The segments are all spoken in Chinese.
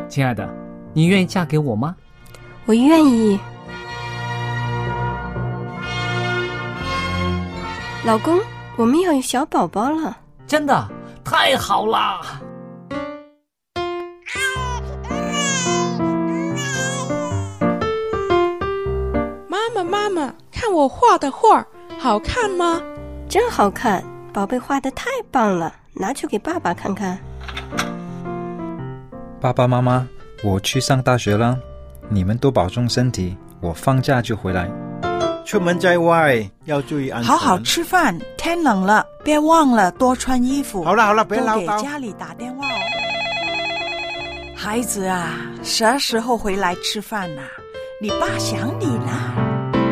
亲爱的，你愿意嫁给我吗？ 我愿意。老公，我们要有小宝宝了。 真的？太好了！ 妈妈，看我画的画，好看吗？ 真好看，宝贝画得太棒了，拿去给爸爸看看。 爸爸妈妈，我去上大学了，你们都保重身体，我放假就回来。 出门在外要注意安全。 好好吃饭，天冷了，别忘了多穿衣服。 好了，别唠叨。 多给家里打电话哦。孩子啊，啥时候回来吃饭啊？你爸想你啦。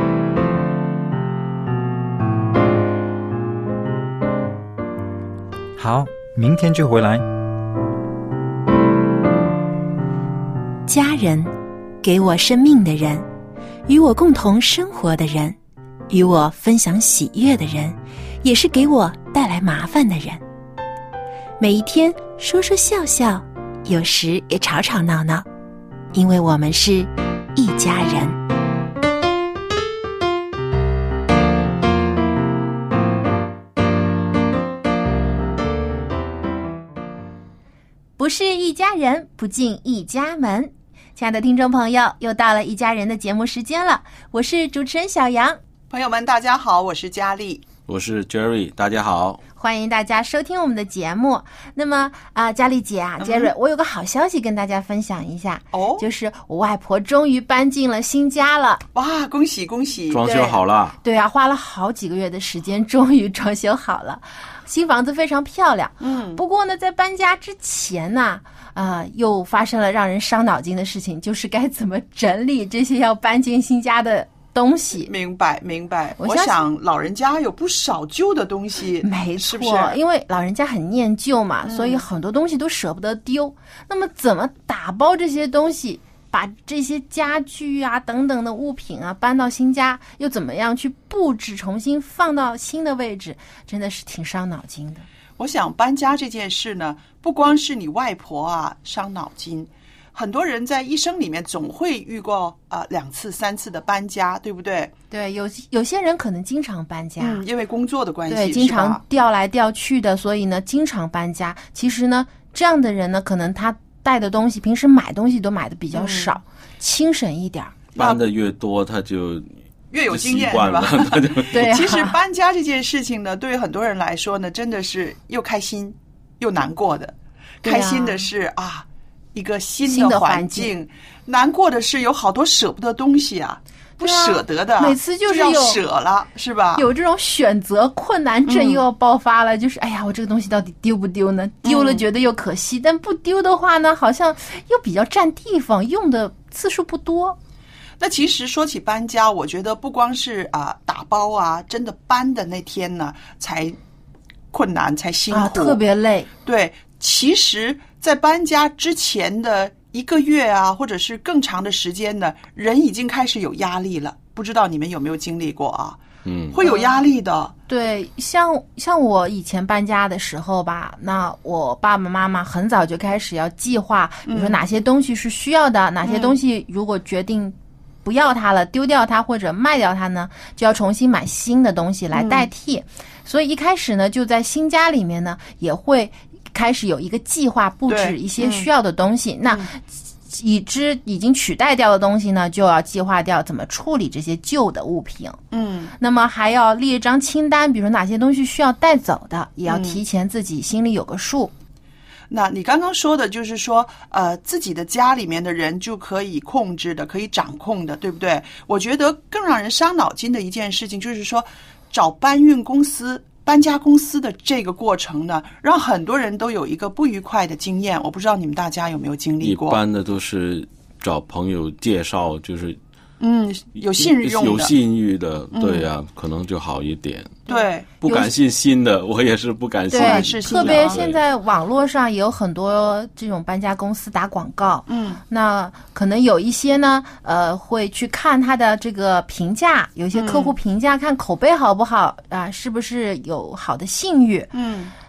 好，明天就回来。 家人，给我生命的人，与我共同生活的人，与我分享喜悦的人，也是给我带来麻烦的人。每一天说说笑笑，有时也吵吵闹闹，因为我们是一家人。不是一家人，不进一家门。亲爱的听众朋友，又到了一家人的节目时间了，我是主持人小杨。 朋友们大家好，我是佳丽。 我是 Jerry， 大家好， 欢迎大家收听我们的节目。那么佳丽姐啊，Jerry，我有个好消息跟大家分享一下哦，就是我外婆终于搬进了新家了。 哇，恭喜恭喜！ 装修好了。 对啊，花了好几个月的时间，终于装修好了。新房子非常漂亮，不过呢，在搬家之前呢，又发生了让人伤脑筋的事情，就是该怎么整理这些要搬进新家的东西。 明白。我想老人家有不少旧的东西， 没错， 是不是？ 因为老人家很念旧嘛，所以很多东西都舍不得丢。那么怎么打包这些东西，把这些家具啊等等的物品啊搬到新家，又怎么样去布置，重新放到新的位置，真的是挺伤脑筋的。 我想搬家这件事呢，不光是你外婆啊伤脑筋，很多人在一生里面总会遇过2次3次的搬家，对不对？ 对，有些人可能经常搬家， 因为工作的关系， 对，经常调来调去的，所以呢经常搬家。其实呢，这样的人呢，可能他带的东西，平时买东西都买的比较少，轻省一点， 搬的越多他就越有经验，是吧？ 对、 其实搬家这件事情呢，对于很多人来说呢，真的是又开心又难过的。开心的是一个新的环境，难过的是有好多舍不得东西啊，不舍得的， 每次就是要舍了，是吧？ 有这种选择困难症又要爆发了，就是哎呀，我这个东西到底丢不丢呢？丢了觉得又可惜，但不丢的话呢，好像又比较占地方，用的次数不多。 那其实说起搬家，我觉得不光是打包啊，真的搬的那天呢才困难，才辛苦， 特别累。 对，其实在搬家之前的1个月啊，或者是更长的时间呢，人已经开始有压力了。不知道你们有没有经历过啊？会有压力的。 对，像我以前搬家的时候吧，那我爸爸妈妈很早就开始要计划，比如说哪些东西是需要的，哪些东西如果决定不要它了，丢掉它或者卖掉它呢，就要重新买新的东西来代替。所以一开始呢，就在新家里面呢，也会开始有一个计划布置一些需要的东西。那已经取代掉的东西呢，就要计划掉怎么处理这些旧的物品。那么还要列一张清单，比如说哪些东西需要带走的，也要提前自己心里有个数。 那你刚刚说的就是说自己的家里面的人就可以控制的，可以掌控的，对不对？我觉得更让人伤脑筋的一件事情就是说，找搬家公司的这个过程呢，让很多人都有一个不愉快的经验。我不知道你们大家有没有经历过？ 一般的都是找朋友介绍，就是有信誉的，对呀，可能就好一点。 对， 不敢信新的，我也是不敢信。 对，特别现在网络上也有很多这种搬家公司打广告。那可能有一些呢，会去看他的这个评价，有一些客户评价，看口碑好不好啊，是不是有好的信誉。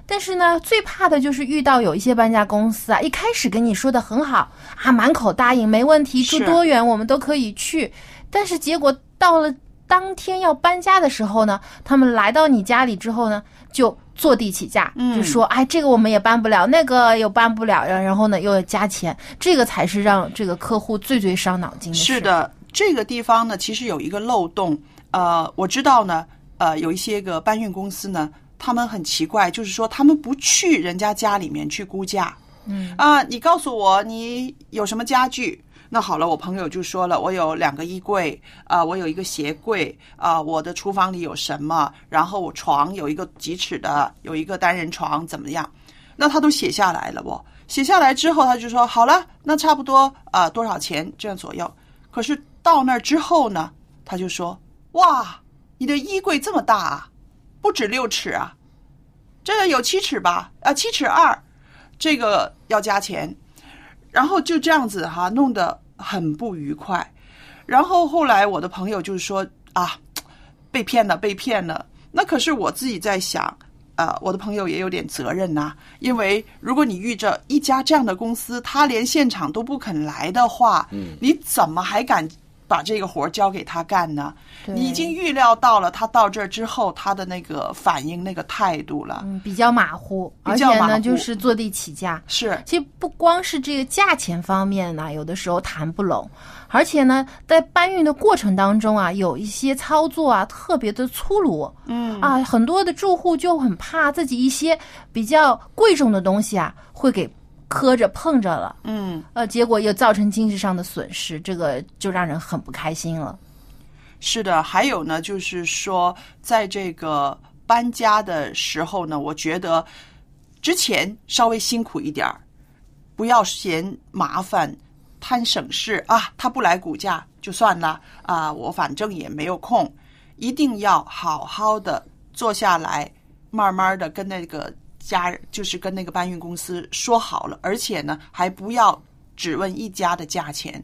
但是呢，最怕的就是遇到有一些搬家公司啊，一开始跟你说的很好啊，满口答应没问题，住多远我们都可以去，但是结果到了当天要搬家的时候呢，他们来到你家里之后呢，就坐地起价，就说哎，这个我们也搬不了，那个又搬不了，然后呢又要加钱，这个才是让这个客户最最伤脑筋的事。 是的，这个地方呢其实有一个漏洞，我知道呢，有一些个搬运公司呢，他们很奇怪，就是说他们不去人家家里面去估价，你告诉我你有什么家具。那好了，我朋友就说了，我有2个衣柜，我有一个鞋柜，我的厨房里有什么，然后我床有一个几尺的，有一个单人床，怎么样？那他都写下来了哦。写下来之后，他就说好了，那差不多多少钱这样左右。可是到那儿之后呢，他就说哇，你的衣柜这么大啊，不止6尺啊，这个有7尺吧？7尺2，这个要加钱。然后就这样子弄得很不愉快。然后后来我的朋友就是说被骗了。那可是我自己在想，我的朋友也有点责任呐，因为如果你遇着一家这样的公司，他连现场都不肯来的话，你怎么还敢把这个活交给他干呢？你已经预料到了他到这儿之后他的那个反应那个态度了， 比较马虎，而且呢就是坐地起价。 是， 其实不光是这个价钱方面呢，有的时候谈不拢，而且呢在搬运的过程当中啊，有一些操作啊特别的粗鲁，很多的住户就很怕自己一些比较贵重的东西啊会给磕着碰着了，结果又造成经济上的损失，这个就让人很不开心了。 是的，还有呢，就是说，在这个搬家的时候呢，我觉得之前稍微辛苦一点，不要嫌麻烦，贪省事他不来估价就算了我反正也没有空，一定要好好的坐下来，慢慢的跟那个就是跟那个搬运公司说好了，而且呢还不要只问一家的价钱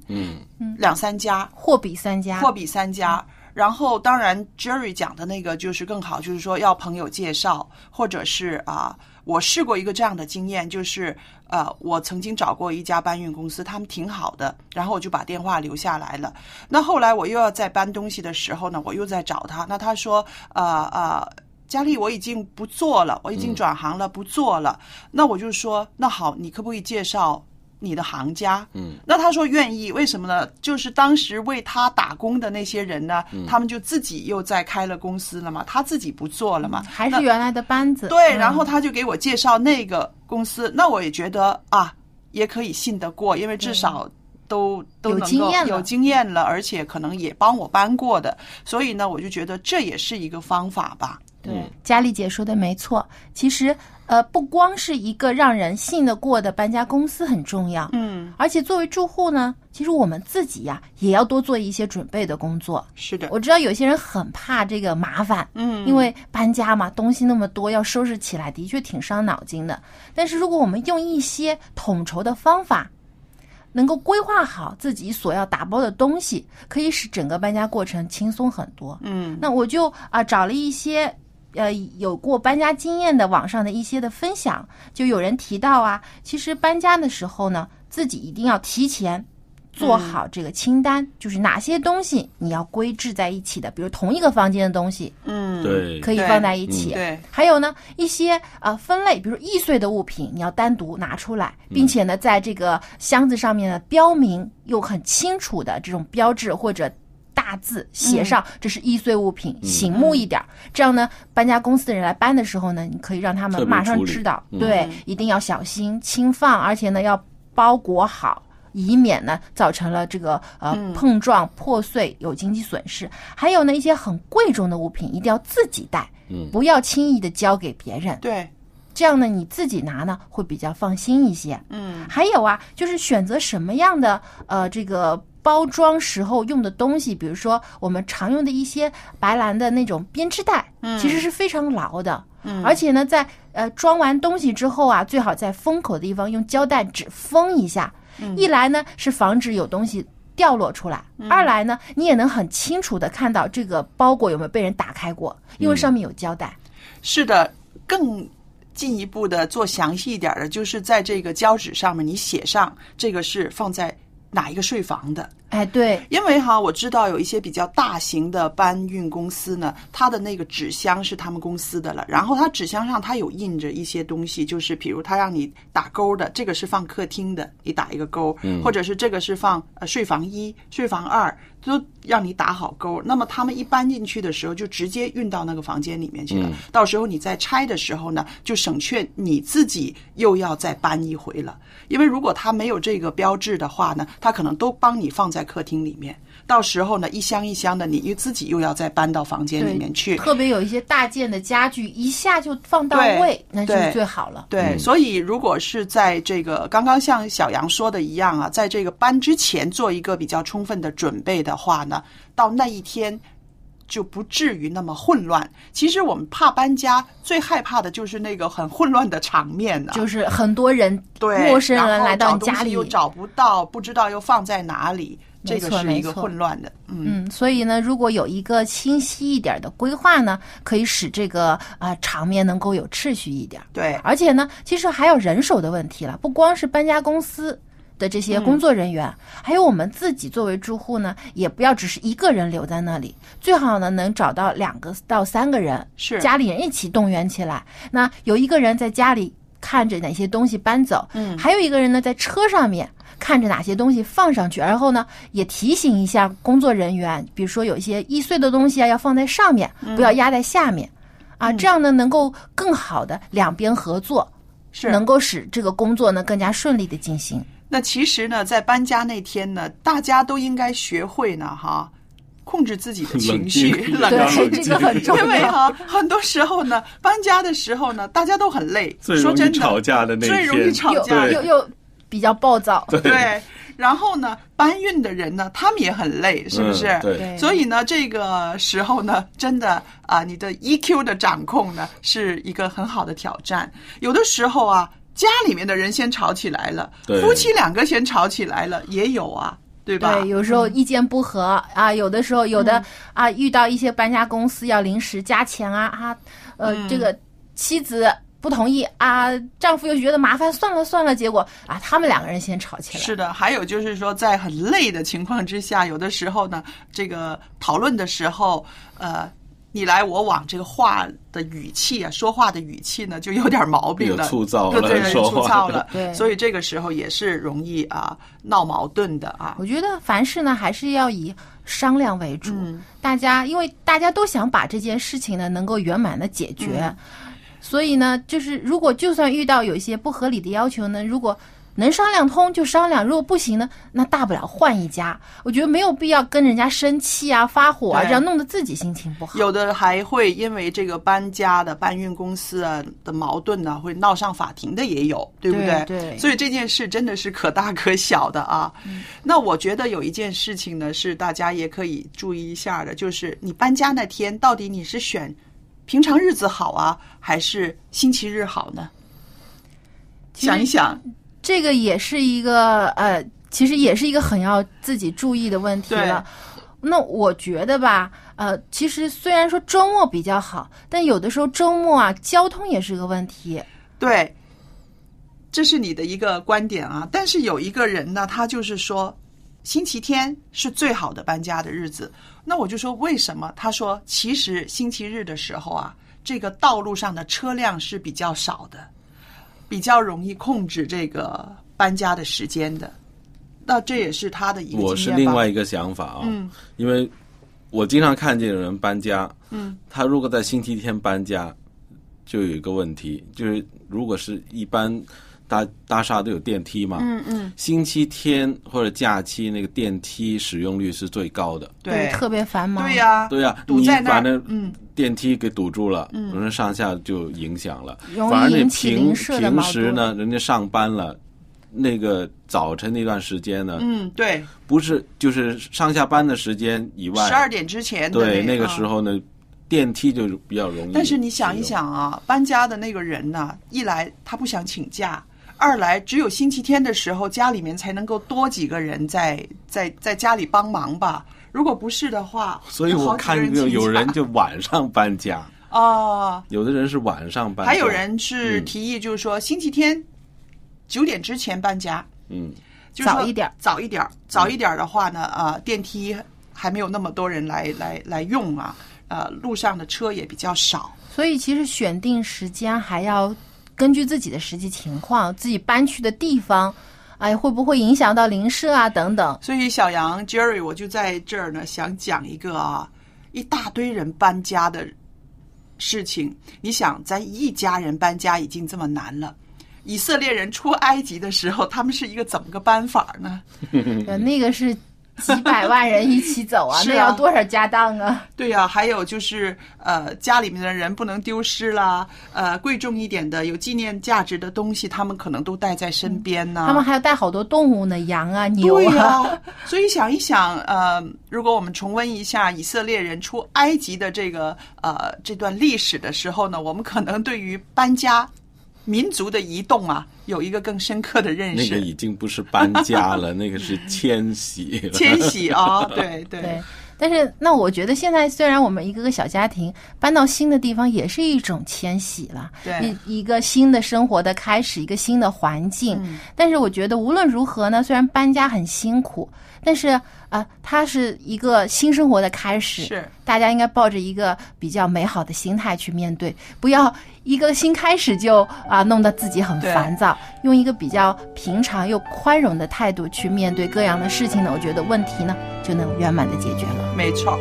，2、3家货比三家。 然后当然 Jerry 讲的那个就是更好，就是说要朋友介绍，或者是我试过一个这样的经验，就是我曾经找过一家搬运公司，他们挺好的，然后我就把电话留下来了。那后来我又要在搬东西的时候呢，我又在找他，那他说佳丽，我已经不做了，我已经转行了，不做了。那我就说，那好，你可不可以介绍你的行家？那他说愿意，为什么呢？就是当时为他打工的那些人呢，他们就自己又在开了公司了嘛，他自己不做了嘛， 还是原来的班子。 对，然后他就给我介绍那个公司，那我也觉得也可以信得过，因为至少都能够有经验了，而且可能也帮我搬过的，所以呢，我就觉得这也是一个方法吧。 对，佳丽姐说的没错。其实不光是一个让人信得过的搬家公司很重要，而且作为住户呢，其实我们自己呀也要多做一些准备的工作。 是的， 我知道有些人很怕这个麻烦，因为搬家嘛，东西那么多，要收拾起来的确挺伤脑筋的。但是如果我们用一些统筹的方法，能够规划好自己所要打包的东西，可以使整个搬家过程轻松很多。那我就找了一些有过搬家经验的网上的一些的分享，就有人提到其实搬家的时候呢，自己一定要提前做好这个清单，就是哪些东西你要归置在一起的，比如同一个房间的东西， 对， 可以放在一起。 对， 还有呢，一些分类，比如易碎的物品，你要单独拿出来，并且呢，在这个箱子上面呢标明又很清楚的这种标志或者大字写上这是易碎物品，醒目一点，这样呢搬家公司的人来搬的时候呢，你可以让他们马上知道，对，一定要小心轻放，而且呢要包裹好，以免呢造成了这个碰撞破碎有经济损失。还有呢一些很贵重的物品一定要自己带，不要轻易的交给别人。 对， 这样呢你自己拿呢会比较放心一些。还有就是选择什么样的这个包装时候用的东西，比如说我们常用的一些白蓝的那种编织袋，其实是非常牢的。而且呢在装完东西之后最好在封口的地方用胶带纸封一下，一来呢是防止有东西掉落出来，二来呢你也能很清楚的看到这个包裹有没有被人打开过，因为上面有胶带。 是的，更进一步的做详细一点的，就是在这个胶纸上面你写上这个是放在哪一个税房的。 哎，对， 因为我知道有一些比较大型的搬运公司呢，它的那个纸箱是他们公司的了，然后它纸箱上它有印着一些东西，就是比如它让你打勾的，这个是放客厅的，你打一个勾，或者是这个是放税房1、税房2，都让你打好勾。那么他们一搬进去的时候，就直接运到那个房间里面去了。到时候你在拆的时候呢，就省却你自己又要再搬一回了。因为如果他没有这个标志的话呢，他可能都帮你放在客厅里面，到时候呢一箱一箱的，你自己又要再搬到房间里面去。 特别有一些大件的家具，一下就放到位，那就是最好了。 对，所以如果是在这个刚刚像小杨说的一样啊，在这个搬之前做一个比较充分的准备的话呢，到那一天就不至于那么混乱。其实我们怕搬家，最害怕的就是那个很混乱的场面就是很多人， 对， 陌生人来到你家里又找不到，不知道又放在哪里，这个是一个混乱的。 所以呢，如果有一个清晰一点的规划呢，可以使这个场面能够有秩序一点。 对， 而且呢，其实还有人手的问题了，不光是搬家公司的这些工作人员，还有我们自己作为住户呢，也不要只是一个人留在那里，最好呢能找到2个到3个人， 是家里人一起动员起来。那有一个人在家里看着哪些东西搬走，还有一个人呢在车上面看着哪些东西放上去，然后呢也提醒一下工作人员，比如说有一些易碎的东西要放在上面，不要压在下面这样呢能够更好的两边合作， 是能够使这个工作呢更加顺利的进行。 那其实呢，在搬家那天呢，大家都应该学会呢，控制自己的情绪， 对，这个很重要。 因为很多时候呢，搬家的时候呢，大家都很累， 最容易吵架的那天， 最容易吵架， 又比较暴躁， 对。然后呢，搬运的人呢，他们也很累，是不是？ 对。 所以呢，这个时候呢，真的你的 EQ 的掌控呢，是一个很好的挑战。有的时候家里面的人先吵起来了，夫妻2个先吵起来了，也有对吧？ 对，有时候意见不合有的时候有的遇到一些搬家公司要临时加钱这个妻子不同意丈夫又觉得麻烦，算了，结果他们2个人先吵起来。 是的，还有就是说，在很累的情况之下，有的时候呢，这个讨论的时候，你来我往，这个话的语气说话的语气呢，就有点毛病了， 有粗糙了， 对，粗糙了。 对， 所以这个时候也是容易闹矛盾的我觉得凡事呢，还是要以商量为主。因为大家都想把这件事情呢能够圆满的解决，所以呢，就是就算遇到有一些不合理的要求呢，如果能商量通就商量，如果不行呢，那大不了换一家。我觉得没有必要跟人家生气发火这样弄得自己心情不好。 有的还会因为这个搬家的搬运公司的矛盾呢，会闹上法庭的也有，对不对？ 对。 所以这件事真的是可大可小的那我觉得有一件事情呢，是大家也可以注意一下的，就是你搬家那天到底你是选平常日子好还是星期日好呢？想一想。 这个也是一个其实也是一个很要自己注意的问题了。那我觉得吧，其实虽然说周末比较好，但有的时候周末交通也是个问题。 对，这是你的一个观点但是有一个人呢，他就是说星期天是最好的搬家的日子。那我就说为什么？他说其实星期日的时候这个道路上的车辆是比较少的，比较容易控制这个搬家的时间的。那这也是他的一个经验吧。 我是另外一个想法因为我经常看见有人搬家，他如果在星期天搬家，就有一个问题，就是如果是一般大厦都有电梯嘛，星期天或者假期那个电梯使用率是最高的， 对，特别繁忙。 对呀， 堵在那儿，你把那电梯给堵住了，人上下就影响了。反而你平时呢，人家上班了，那个早晨那段时间呢， 对， 不是就是上下班的时间以外 ，12点之前的对那个时候呢。电梯就比较容易。 但是你想一想搬家的那个人呢，一来他不想请假，二来只有星期天的时候家里面才能够多几个人在家里帮忙吧。如果不是的话， 所以我看有人就晚上搬家哦， 有的人是晚上搬家， 还有人是提议，就是说星期天9点之前搬家。就是说早一点的话呢，电梯还没有那么多人来用啊，路上的车也比较少。 所以其实选定时间还要根据自己的实际情况，自己搬去的地方，会不会影响到邻舍啊等等。 所以小杨 Jerry 我就在这儿呢，想讲一个一大堆人搬家的事情。你想，咱一家人搬家已经这么难了，以色列人出埃及的时候，他们是一个怎么个搬法呢？ 那个是几百万人一起走啊，那要多少家当啊？ 对呀，还有就是家里面的人不能丢失啦，贵重一点的有纪念价值的东西，他们可能都带在身边呢。 他们还要带好多动物呢，羊啊、牛啊。 对呀，所以想一想，如果我们重温一下以色列人出埃及的这段历史的时候呢，我们可能对于搬家、民族的移动有一个更深刻的认识。 那个已经不是搬家了，那个是迁徙了。 迁徙对。 但是那我觉得现在虽然我们一个个小家庭搬到新的地方也是一种迁徙了， 对， 一个新的生活的开始，一个新的环境。但是我觉得无论如何呢，虽然搬家很辛苦，但是它是一个新生活的开始， 是大家应该抱着一个比较美好的心态去面对，不要一个新开始就弄得自己很烦躁，用一个比较平常又宽容的态度去面对各样的事情呢，我觉得问题呢就能圆满的解决了。 没错。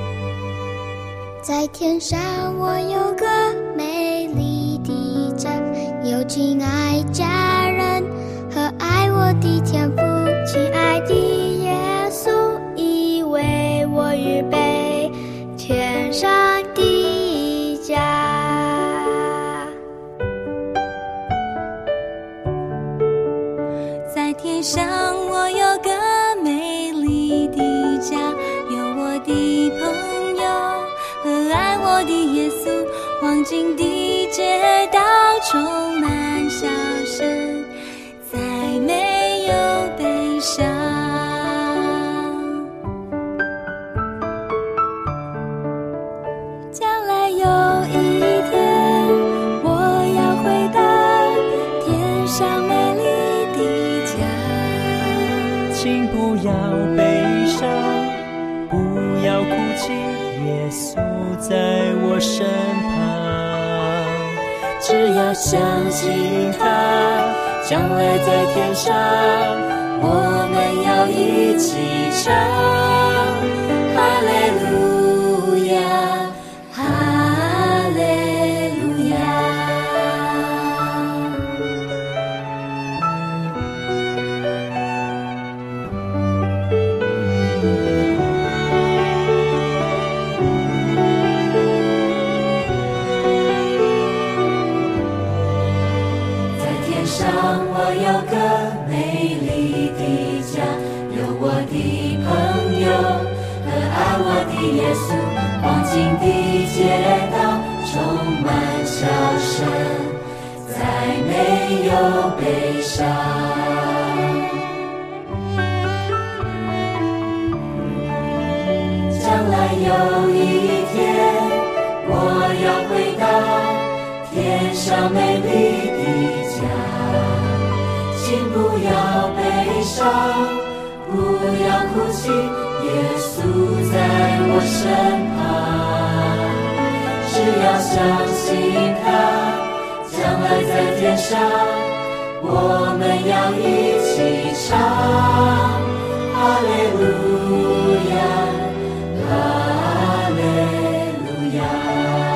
在天上我有个美丽的家，有亲爱家人和爱我的天父，亲爱的耶稣已为我预备天上的家。 在天上我有个美丽的家，有我的朋友和爱我的耶稣，黄金的街道充满笑声，再没有悲伤。将来有一天我要回到天上美丽的家， 请不要悲伤，不要哭泣，耶稣在我身旁。只要相信他，将来在天上，我们要一起唱哈利路亚，哈利路亚。 我有个美丽的家，有我的朋友和爱我的耶稣，黄金的街道充满笑声，再没有悲伤。将来有一天我要回到天上美丽的家，请不要悲伤，不要哭泣，耶稣在我身旁。只要相信他，将来在天上，我们要一起唱哈利路亚，哈利路亚。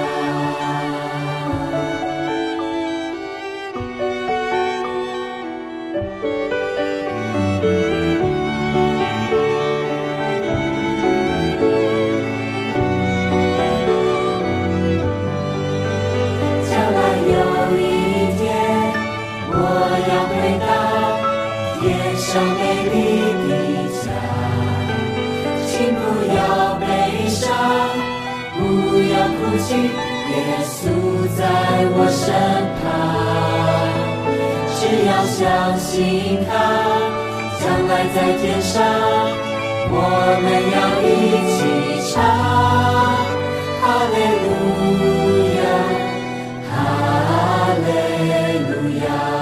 上美丽的家，请不要悲伤，不要哭泣，耶稣在我身旁。只要相信他，将来在天上，我们要一起唱哈利路亚，哈利路亚。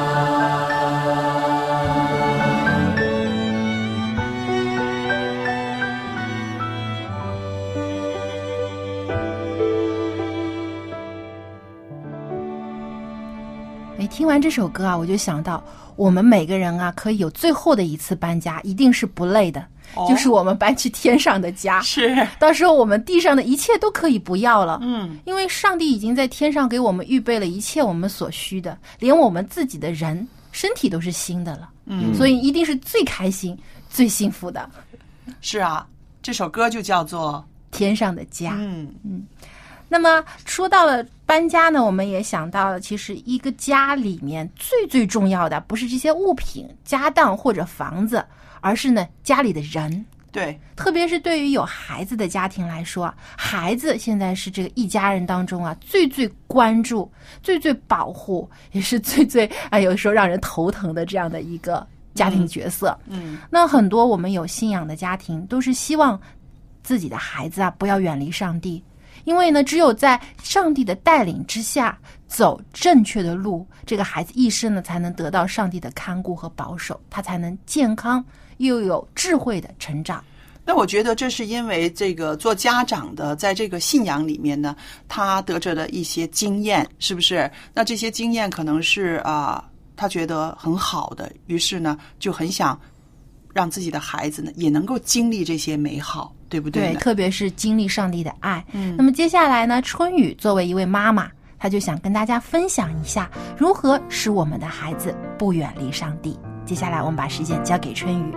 听完这首歌啊，我就想到我们每个人啊，可以有最后的一次搬家，一定是不累的，就是我们搬去天上的家。 是， 到时候我们地上的一切都可以不要了。因为上帝已经在天上给我们预备了一切我们所需的，连我们自己的人身体都是新的了。所以一定是最开心、最幸福的。 是啊，这首歌就叫做 《天上的家》。那么说到了搬家呢，我们也想到了，其实一个家里面最重要的不是这些物品、家当或者房子，而是呢家里的人。 对， 特别是对于有孩子的家庭来说，孩子现在是这个一家人当中啊最关注、最保护，也是最有时候让人头疼的这样的一个家庭角色。那很多我们有信仰的家庭都是希望自己的孩子啊不要远离上帝。因为呢，只有在上帝的带领之下走正确的路，这个孩子一生呢才能得到上帝的看顾和保守，他才能健康又有智慧的成长。 那我觉得这是因为这个做家长的在这个信仰里面呢，他得着的一些经验，是不是？那这些经验可能是他觉得很好的，于是呢就很想让自己的孩子呢也能够经历这些美好，对不对？ 对，特别是经历上帝的爱。那么接下来呢，春雨作为一位妈妈，她就想跟大家分享一下如何使我们的孩子不远离上帝。接下来我们把时间交给春雨。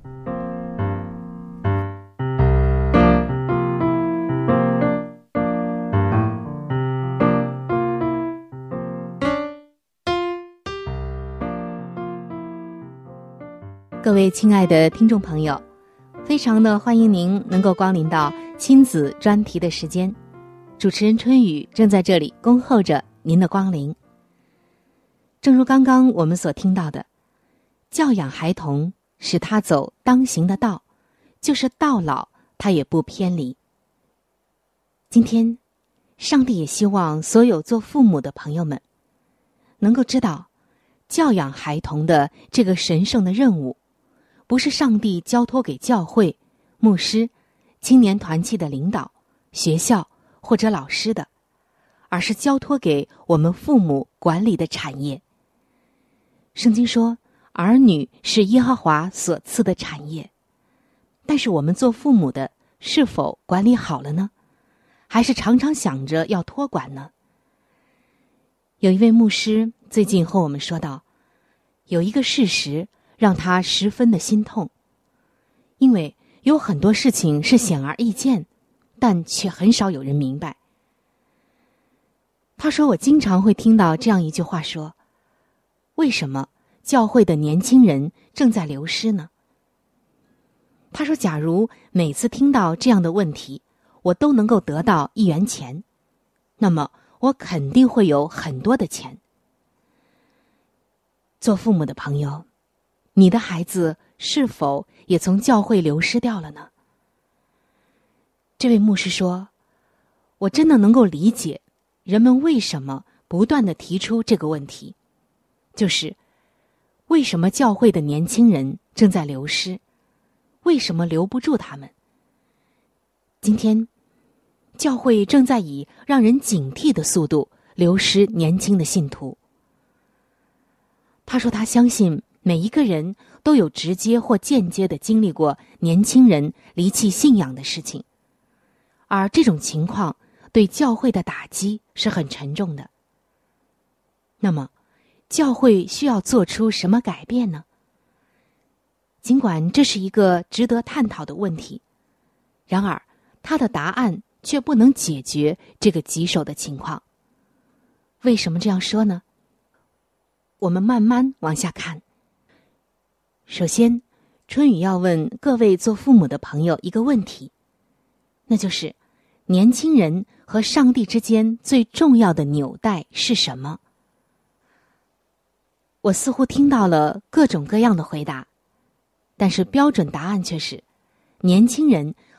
各位亲爱的听众朋友，非常的欢迎您能够光临到亲子专题的时间，主持人春雨正在这里恭候着您的光临。正如刚刚我们所听到的，教养孩童，使他走当行的道，就是到老他也不偏离。今天上帝也希望所有做父母的朋友们能够知道，教养孩童的这个神圣的任务不是上帝交托给教会、牧师、青年团契的领导、学校或者老师的，而是交托给我们父母管理的产业。圣经说，儿女是耶和华所赐的产业，但是我们做父母的是否管理好了呢？还是常常想着要托管呢？有一位牧师最近和我们说到，有一个事实让他十分的心痛，因为有很多事情是显而易见，但却很少有人明白。他说，我经常会听到这样一句话说，为什么教会的年轻人正在流失呢？他说，假如每次听到这样的问题，我都能够得到1元钱，那么我肯定会有很多的钱。做父母的朋友，你的孩子是否也从教会流失掉了呢？这位牧师说，我真的能够理解人们为什么不断地提出这个问题，就是为什么教会的年轻人正在流失，为什么留不住他们？今天教会正在以让人警惕的速度流失年轻的信徒。他说，他相信每一个人都有直接或间接地经历过年轻人离弃信仰的事情，而这种情况对教会的打击是很沉重的。那么教会需要做出什么改变呢？尽管这是一个值得探讨的问题，然而他的答案却不能解决这个棘手的情况。为什么这样说呢？我们慢慢往下看。首先，春雨要问各位做父母的朋友一个问题，那就是年轻人和上帝之间最重要的纽带是什么？我似乎听到了各种各样的回答，但是标准答案却是，年轻人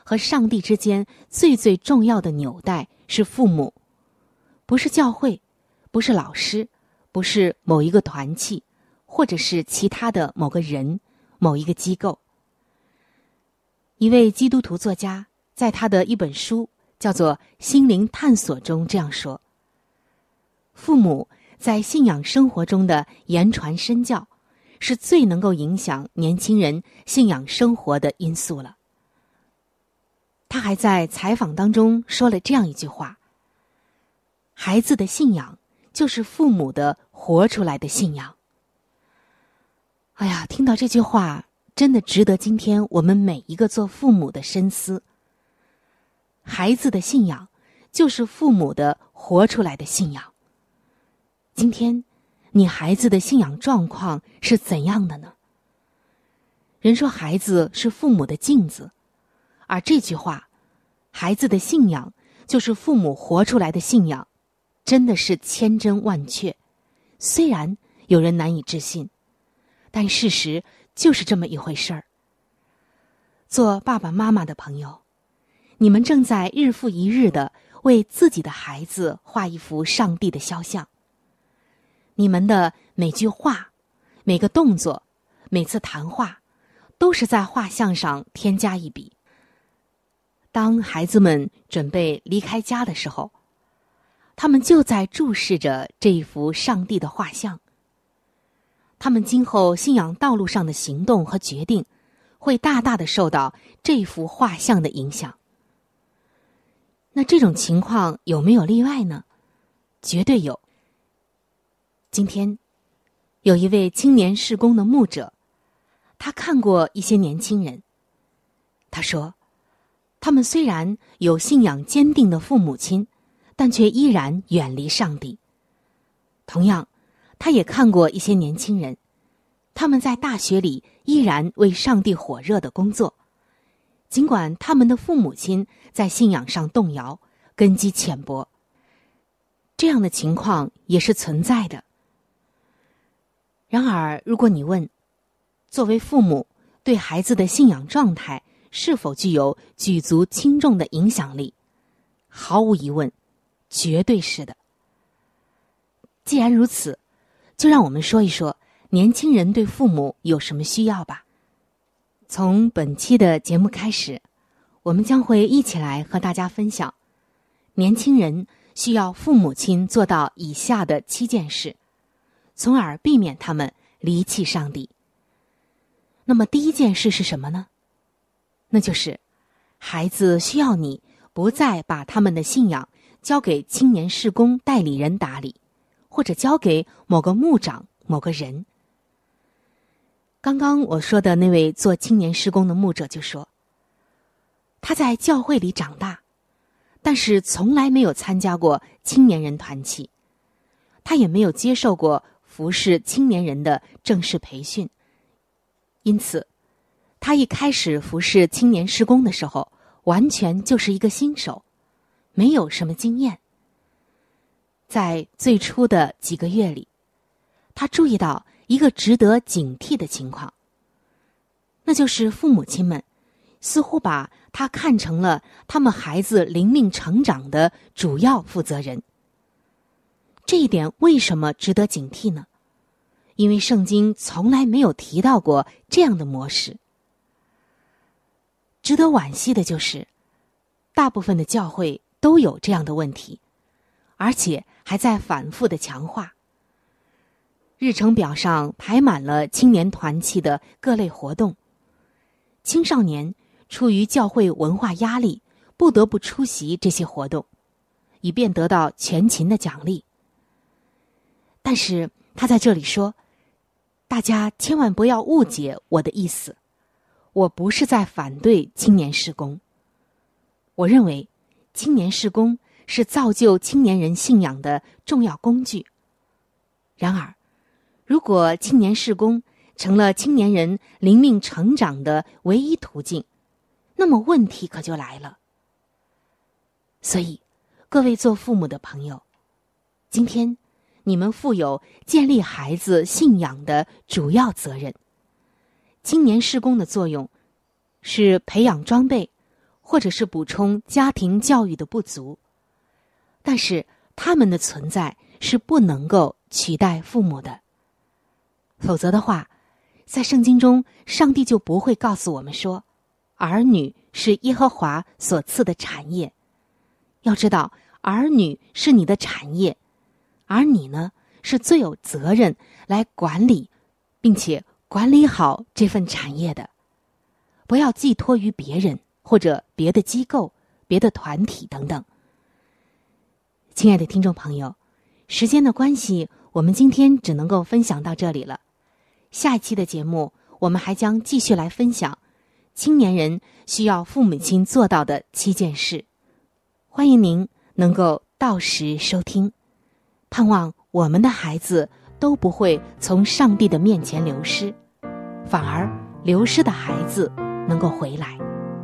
和上帝之间最最重要的纽带是父母，不是教会，不是老师，不是某一个团契，或者是其他的某个人、某一个机构。一位基督徒作家在他的一本书叫做《心灵探索》中这样说：父母在信仰生活中的言传身教，是最能够影响年轻人信仰生活的因素了。他还在采访当中说了这样一句话：孩子的信仰就是父母的活出来的信仰。哎呀，听到这句话真的值得今天我们每一个做父母的深思。孩子的信仰就是父母的活出来的信仰。今天你孩子的信仰状况是怎样的呢？人说孩子是父母的镜子，而这句话，孩子的信仰就是父母活出来的信仰，真的是千真万确。虽然有人难以置信，但事实就是这么一回事儿。做爸爸妈妈的朋友，你们正在日复一日地为自己的孩子画一幅上帝的肖像。你们的每句话、每个动作、每次谈话，都是在画像上添加一笔。当孩子们准备离开家的时候，他们就在注视着这一幅上帝的画像。他们今后信仰道路上的行动和决定，会大大的受到这幅画像的影响。那这种情况有没有例外呢？绝对有。今天有一位青年事工的牧者，他看过一些年轻人。他说，他们虽然有信仰坚定的父母亲，但却依然远离上帝。同样，他也看过一些年轻人，他们在大学里依然为上帝火热的工作，尽管他们的父母亲在信仰上动摇，根基浅薄。这样的情况也是存在的。然而，如果你问，作为父母对孩子的信仰状态是否具有举足轻重的影响力，毫无疑问，绝对是的。既然如此，就让我们说一说年轻人对父母有什么需要吧。从本期的节目开始，我们将会一起来和大家分享，年轻人需要父母亲做到以下的7件事，从而避免他们离弃上帝。那么第一件事是什么呢？那就是孩子需要你不再把他们的信仰交给青年事工代理人打理，或者交给某个牧长、某个人。刚刚我说的那位做青年事工的牧者就说，他在教会里长大，但是从来没有参加过青年人团契，他也没有接受过服侍青年人的正式培训，因此他一开始服侍青年事工的时候，完全就是一个新手，没有什么经验。在最初的几个月里，他注意到一个值得警惕的情况，那就是父母亲们似乎把他看成了他们孩子灵命成长的主要负责人。这一点为什么值得警惕呢？因为圣经从来没有提到过这样的模式。值得惋惜的就是，大部分的教会都有这样的问题，而且还在反复的强化。日程表上排满了青年团契的各类活动，青少年出于教会文化压力，不得不出席这些活动，以便得到全勤的奖励。但是他在这里说，大家千万不要误解我的意思，我不是在反对青年事工。我认为青年事工是造就青年人信仰的重要工具。然而，如果青年事工成了青年人灵命成长的唯一途径，那么问题可就来了。所以，各位做父母的朋友，今天你们负有建立孩子信仰的主要责任。青年事工的作用是培养装备， 或者是补充家庭教育的不足，但是他们的存在是不能够取代父母的。否则的话，在圣经中，上帝就不会告诉我们说，儿女是耶和华所赐的产业。要知道，儿女是你的产业，而你呢，是最有责任来管理，并且管理好这份产业的。不要寄托于别人或者别的机构、别的团体等等。亲爱的听众朋友，时间的关系，我们今天只能够分享到这里了。下一期的节目，我们还将继续来分享青年人需要父母亲做到的7件事。欢迎您能够到时收听，盼望我们的孩子都不会从上帝的面前流失，反而流失的孩子能够回来。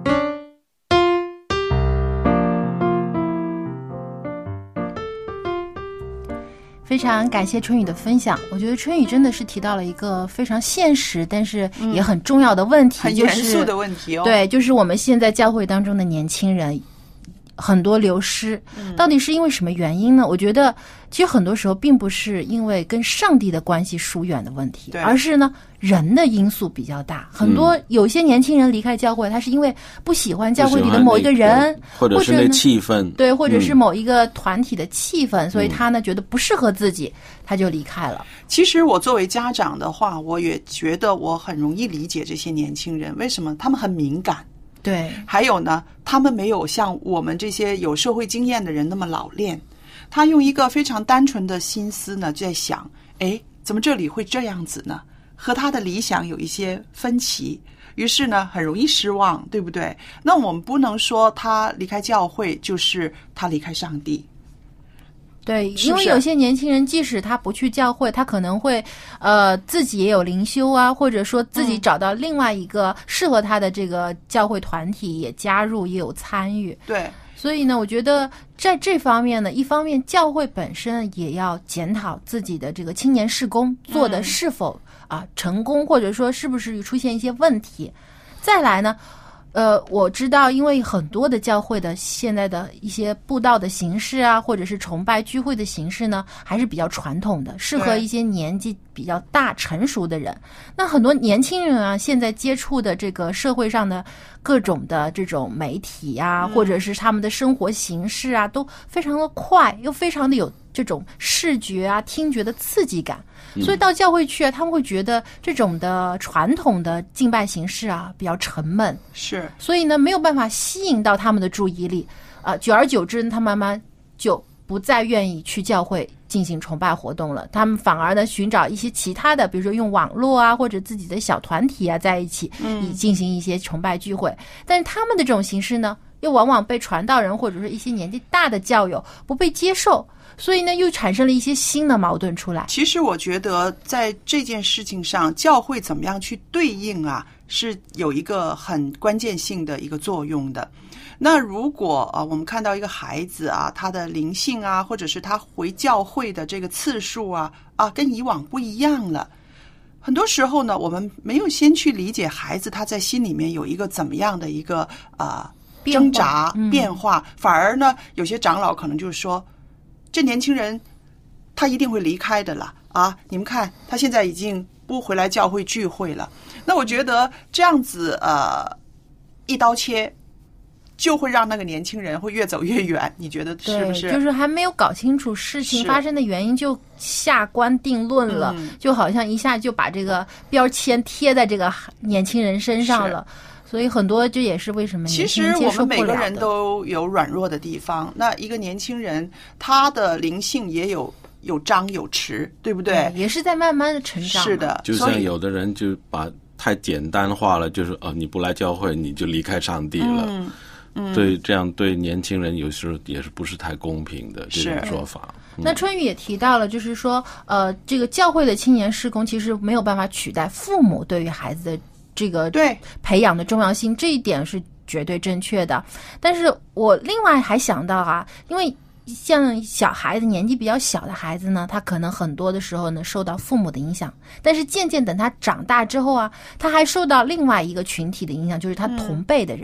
非常感谢春雨的分享，我觉得春雨真的是提到了一个非常现实但是也很重要的问题， 很严肃的问题哦。 对，就是我们现在教会当中的年轻人很多流失，到底是因为什么原因呢？我觉得其实很多时候并不是因为跟上帝的关系疏远的问题，而是呢人的因素比较大。很多有些年轻人离开教会，他是因为不喜欢教会里的某一个人， 或者是那气氛， 对，或者是某一个团体的气氛，所以他呢觉得不适合自己，他就离开了。 其实我作为家长的话，我也觉得我很容易理解这些年轻人，为什么？他们很敏感。 对， 还有呢，他们没有像我们这些有社会经验的人那么老练，他用一个非常单纯的心思呢，在想，怎么这里会这样子呢？和他的理想有一些分歧，于是呢，很容易失望，对不对？那我们不能说他离开教会就是他离开上帝。 对，因为有些年轻人即使他不去教会，他可能会自己也有灵修啊，或者说自己找到另外一个适合他的这个教会团体也加入，也有参与。 对， 所以呢，我觉得在这方面呢，一方面教会本身也要检讨自己的这个青年事工做的是否成功，或者说是不是出现一些问题。再来呢，我知道，因为很多的教会的现在的一些布道的形式啊，或者是崇拜聚会的形式呢，还是比较传统的，适合一些年纪比较大成熟的人。那很多年轻人啊，现在接触的这个社会上的各种的这种媒体啊，或者是他们的生活形式啊，都非常的快，又非常的有这种视觉啊、听觉的刺激感。所以到教会去啊，他们会觉得这种的传统的敬拜形式啊比较沉闷， 是， 所以呢没有办法吸引到他们的注意力，久而久之，他慢慢就不再愿意去教会进行崇拜活动了。他们反而呢寻找一些其他的，比如说用网络啊，或者自己的小团体啊在一起，以进行一些崇拜聚会。但是他们的这种形式呢，又往往被传道人或者是一些年纪大的教友不被接受。所以呢，又产生了一些新的矛盾出来。 其实我觉得在这件事情上，教会怎么样去对应啊，是有一个很关键性的一个作用的。那如果我们看到一个孩子啊，他的灵性啊，或者是他回教会的这个次数啊，跟以往不一样了。很多时候呢，我们没有先去理解孩子他在心里面有一个怎么样的一个挣扎变化，反而呢，有些长老可能就是说，这年轻人他一定会离开的了啊！你们看，他现在已经不回来教会聚会了。那我觉得这样子一刀切，就会让那个年轻人会越走越远。你觉得是不是？ 对，就是还没有搞清楚事情发生的原因就下官定论了，就好像一下就把这个标签贴在这个年轻人身上了。所以很多这也是为什么年轻人接受不了的。其实我们每个人都有软弱的地方，那一个年轻人他的灵性也有张有弛，对不对？ 也是在慢慢的成长。 是的， 就像有的人就把太简单化了，就是你不来教会你就离开上帝了。对，这样对年轻人有时候也是不是太公平的这种说法。 那春雨也提到了，就是说这个教会的青年事工其实没有办法取代父母对于孩子的这个培养的重要性，这一点是绝对正确的。但是我另外还想到因为像小孩子年纪比较小的孩子呢，他可能很多的时候呢受到父母的影响，但是渐渐等他长大之后他还受到另外一个群体的影响，就是他同辈的人。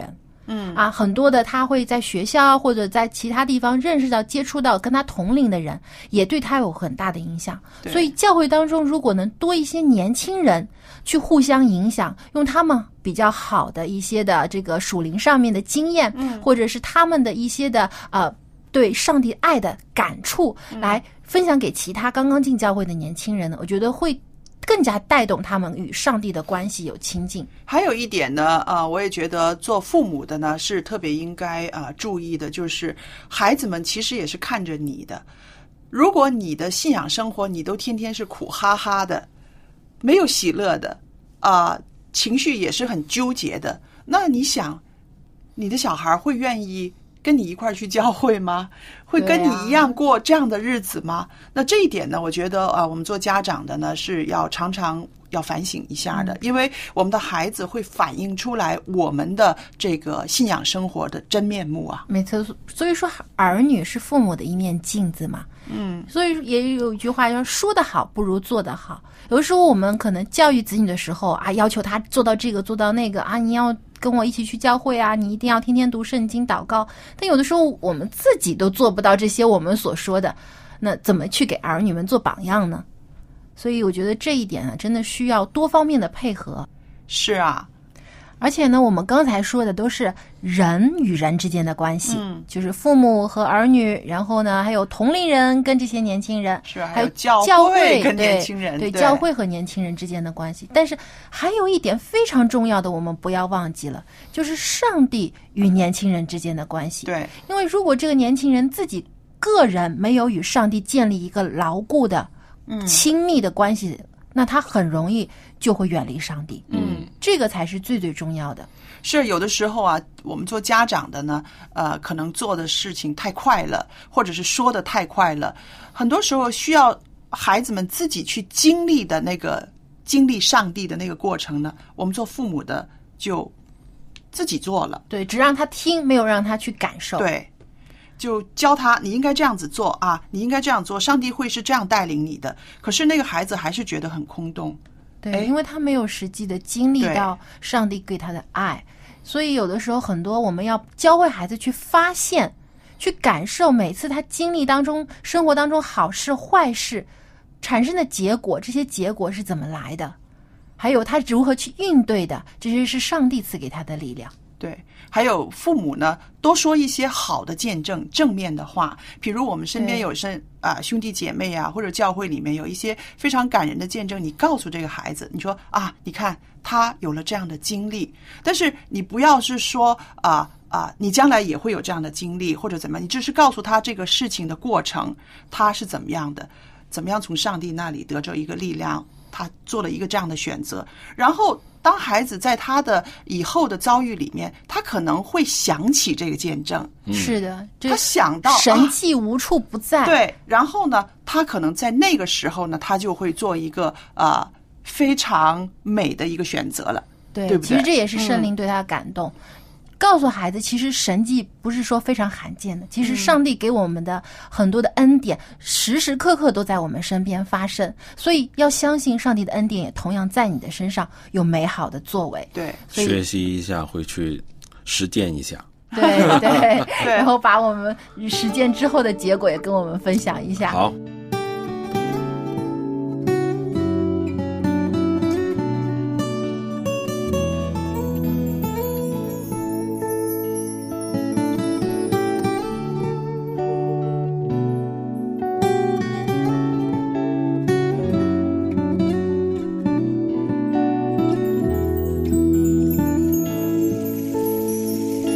很多的他会在学校或者在其他地方认识到、接触到跟他同龄的人，也对他有很大的影响。所以教会当中如果能多一些年轻人去互相影响，用他们比较好的一些的这个属灵上面的经验，或者是他们的一些的对上帝爱的感触，来分享给其他刚刚进教会的年轻人呢，我觉得会更加带动他们与上帝的关系有亲近。 还有一点呢，我也觉得做父母的呢是特别应该注意的，就是孩子们其实也是看着你的。如果你的信仰生活你都天天是苦哈哈的，没有喜乐的，情绪也是很纠结的，那你想，你的小孩会愿意跟你一块儿去教会吗？会跟你一样过这样的日子吗？那这一点呢，我觉得我们做家长的呢是要常常要反省一下的，因为我们的孩子会反映出来我们的这个信仰生活的真面目啊。 没错，所以说儿女是父母的一面镜子嘛。所以也有一句话叫说得好不如做得好。有的时候我们可能教育子女的时候要求他做到这个做到那个你要跟我一起去教会你一定要天天读圣经祷告，但有的时候我们自己都做不到这些我们所说的，那怎么去给儿女们做榜样呢？所以我觉得这一点真的需要多方面的配合。 是啊， 而且呢，我们刚才说的都是人与人之间的关系，就是父母和儿女，然后呢，还有同龄人跟这些年轻人，还有教会跟年轻人， 对教会和年轻人之间的关系。但是还有一点非常重要的，我们不要忘记了，就是上帝与年轻人之间的关系。 对， 因为如果这个年轻人自己个人没有与上帝建立一个牢固的、亲密的关系，那他很容易就会远离上帝。这个才是最最重要的。 是有的时候我们做家长的呢，可能做的事情太快了，或者是说的太快了，很多时候需要孩子们自己去经历上帝的那个过程呢，我们做父母的就自己做了。 对，只让他听，没有让他去感受。 对，就教他你应该这样子做你应该这样做，上帝会是这样带领你的。可是那个孩子还是觉得很空洞。 对，因为他没有实际的经历到上帝给他的爱，所以有的时候很多我们要教会孩子去发现、去感受每次他经历当中、生活当中好事坏事产生的结果，这些结果是怎么来的，还有他如何去应对的，这些是上帝赐给他的力量。 对，还有父母呢，多说一些好的见证、正面的话。比如我们身边有兄弟姐妹或者教会里面有一些非常感人的见证，你告诉这个孩子，你说你看他有了这样的经历，但是你不要是说你将来也会有这样的经历或者怎么样，你只是告诉他这个事情的过程，他是怎么样的，怎么样从上帝那里得着一个力量，他做了一个这样的选择。然后当孩子在他的以后的遭遇里面，他可能会想起这个见证。 是的， 他想到神迹无处不在。 对，然后呢，他可能在那个时候呢，他就会做一个非常美的一个选择了。对不对？ 其实这也是圣灵对他的感动。告诉孩子，其实神迹不是说非常罕见的，其实上帝给我们的很多的恩典时时刻刻都在我们身边发生，所以要相信上帝的恩典也同样在你的身上有美好的作为。 对， 学习一下，回去实践一下。 对，然后把我们实践之后的结果也跟我们分享一下。 好。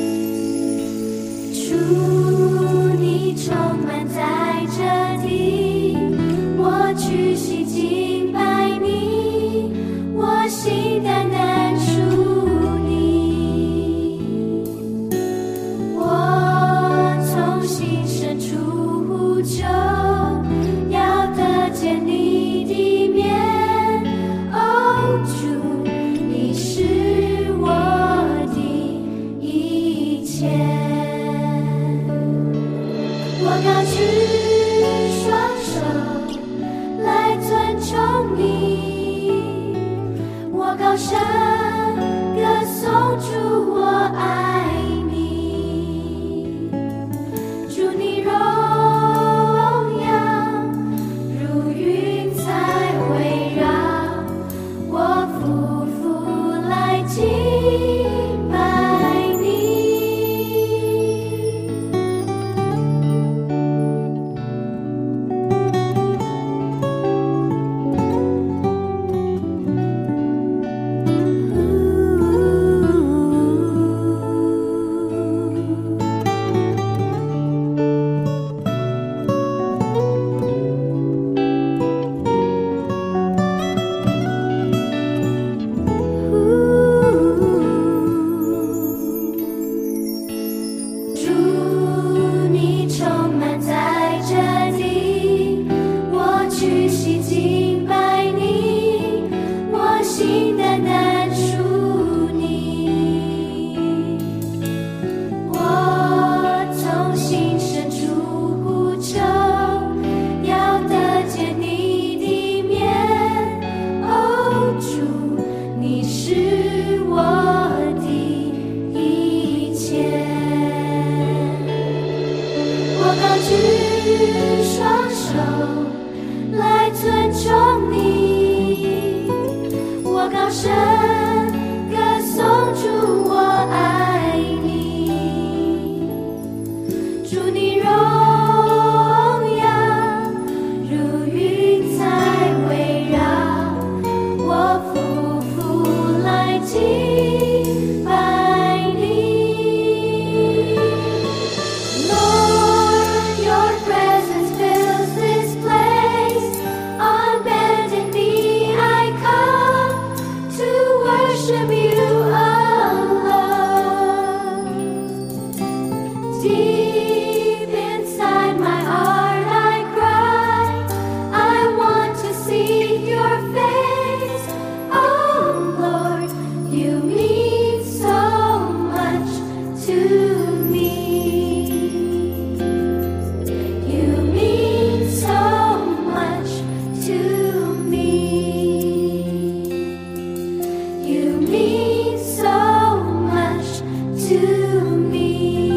主，你充满在这地。 声歌颂主我爱你，主你荣耀如云彩围绕，我夫妇来敬拜你。 Lord, your presence fills this place. On bended knee I come to worship you alone. Deep inside my heart I cry, I want to see your face. Oh Lord, you mean so much to me. You mean so much to me. You mean so much to me.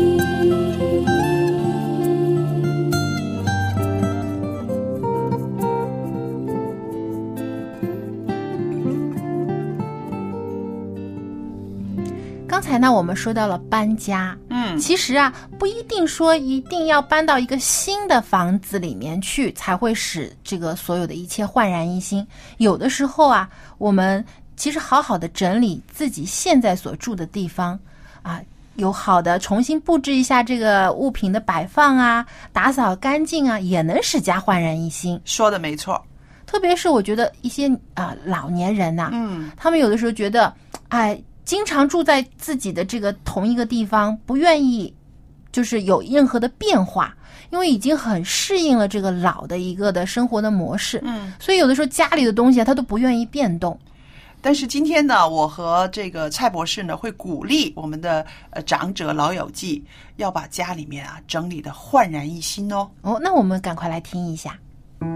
刚才呢，我们说到了搬家，其实啊，不一定说一定要搬到一个新的房子里面去，才会使这个所有的一切焕然一新。有的时候啊，我们其实好好的整理自己现在所住的地方啊，有好的重新布置一下这个物品的摆放啊，打扫干净啊，也能使家焕然一新。 说的没错。 特别是我觉得一些老年人呐，他们有的时候觉得，经常住在自己的这个同一个地方，不愿意就是有任何的变化，因为已经很适应了这个老的一个的生活的模式，所以有的时候家里的东西啊，他都不愿意变动。 但是今天呢，我和这个蔡博士呢，会鼓励我们的长者老友记要把家里面啊整理的焕然一新哦。 那我们赶快来听一下。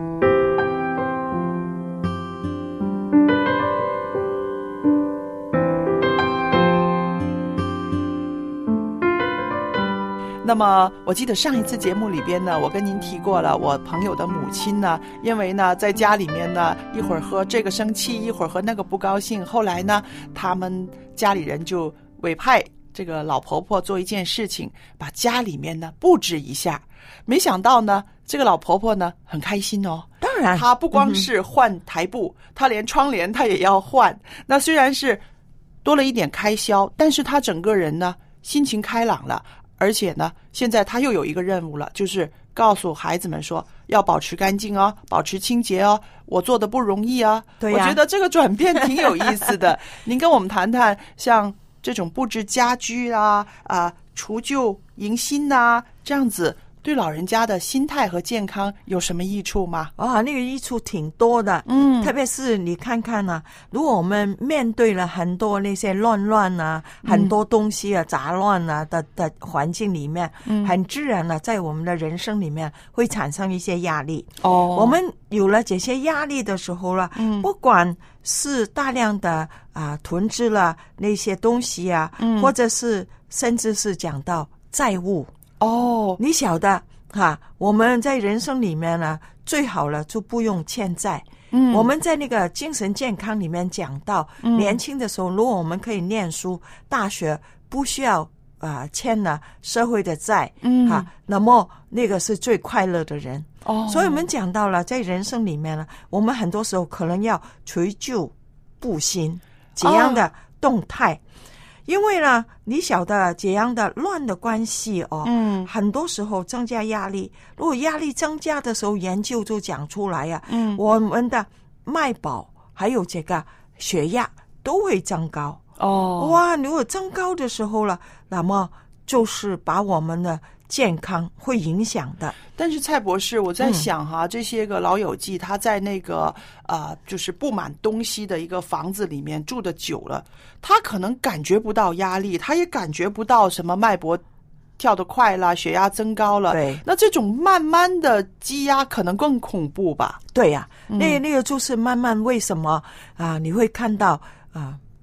那么我记得上一次节目里边呢，我跟您提过了，我朋友的母亲呢，因为呢在家里面呢，一会儿和这个生气，一会儿和那个不高兴，后来呢他们家里人就委派这个老婆婆做一件事情，把家里面呢布置一下。没想到呢这个老婆婆呢很开心哦， 当然她不光是换台布，她连窗帘她也要换。那虽然是多了一点开销，但是她整个人呢心情开朗了。而且呢，现在他又有一个任务了，就是告诉孩子们说要保持干净哦，保持清洁哦。我做的不容易啊， 对呀， 我觉得这个转变挺有意思的。您跟我们谈谈，像这种布置家居啊、除旧迎新啊，这样子对老人家的心态和健康有什么益处吗？ 那个益处挺多的，特别是你看看啊，如果我们面对了很多那些乱啊，很多东西啊杂乱啊的环境里面，很自然的在我们的人生里面会产生一些压力。我们有了这些压力的时候了，不管是大量的囤积了那些东西啊，或者是甚至是讲到债务。你晓得我们在人生里面呢，最好了就不用欠债。我们在那个精神健康里面讲到，年轻的时候如果我们可以念书，大学不需要欠了社会的债，那么那个是最快乐的人。所以我们讲到了在人生里面呢，我们很多时候可能要除旧布新这样的动态。因为呢，你晓得这样的乱的关系很多时候增加压力。如果压力增加的时候，研究就讲出来我们的脉搏还有这个血压都会增高。如果增高的时候了，那么就是把我们的健康会影响的。 但是蔡博士，我在想这些个老友记，他在那个就是布满东西的一个房子里面住的久了，他可能感觉不到压力，他也感觉不到什么脉搏跳得快了，血压增高了。 对， 那这种慢慢的积压可能更恐怖吧？ 对呀，那个就是慢慢为什么你会看到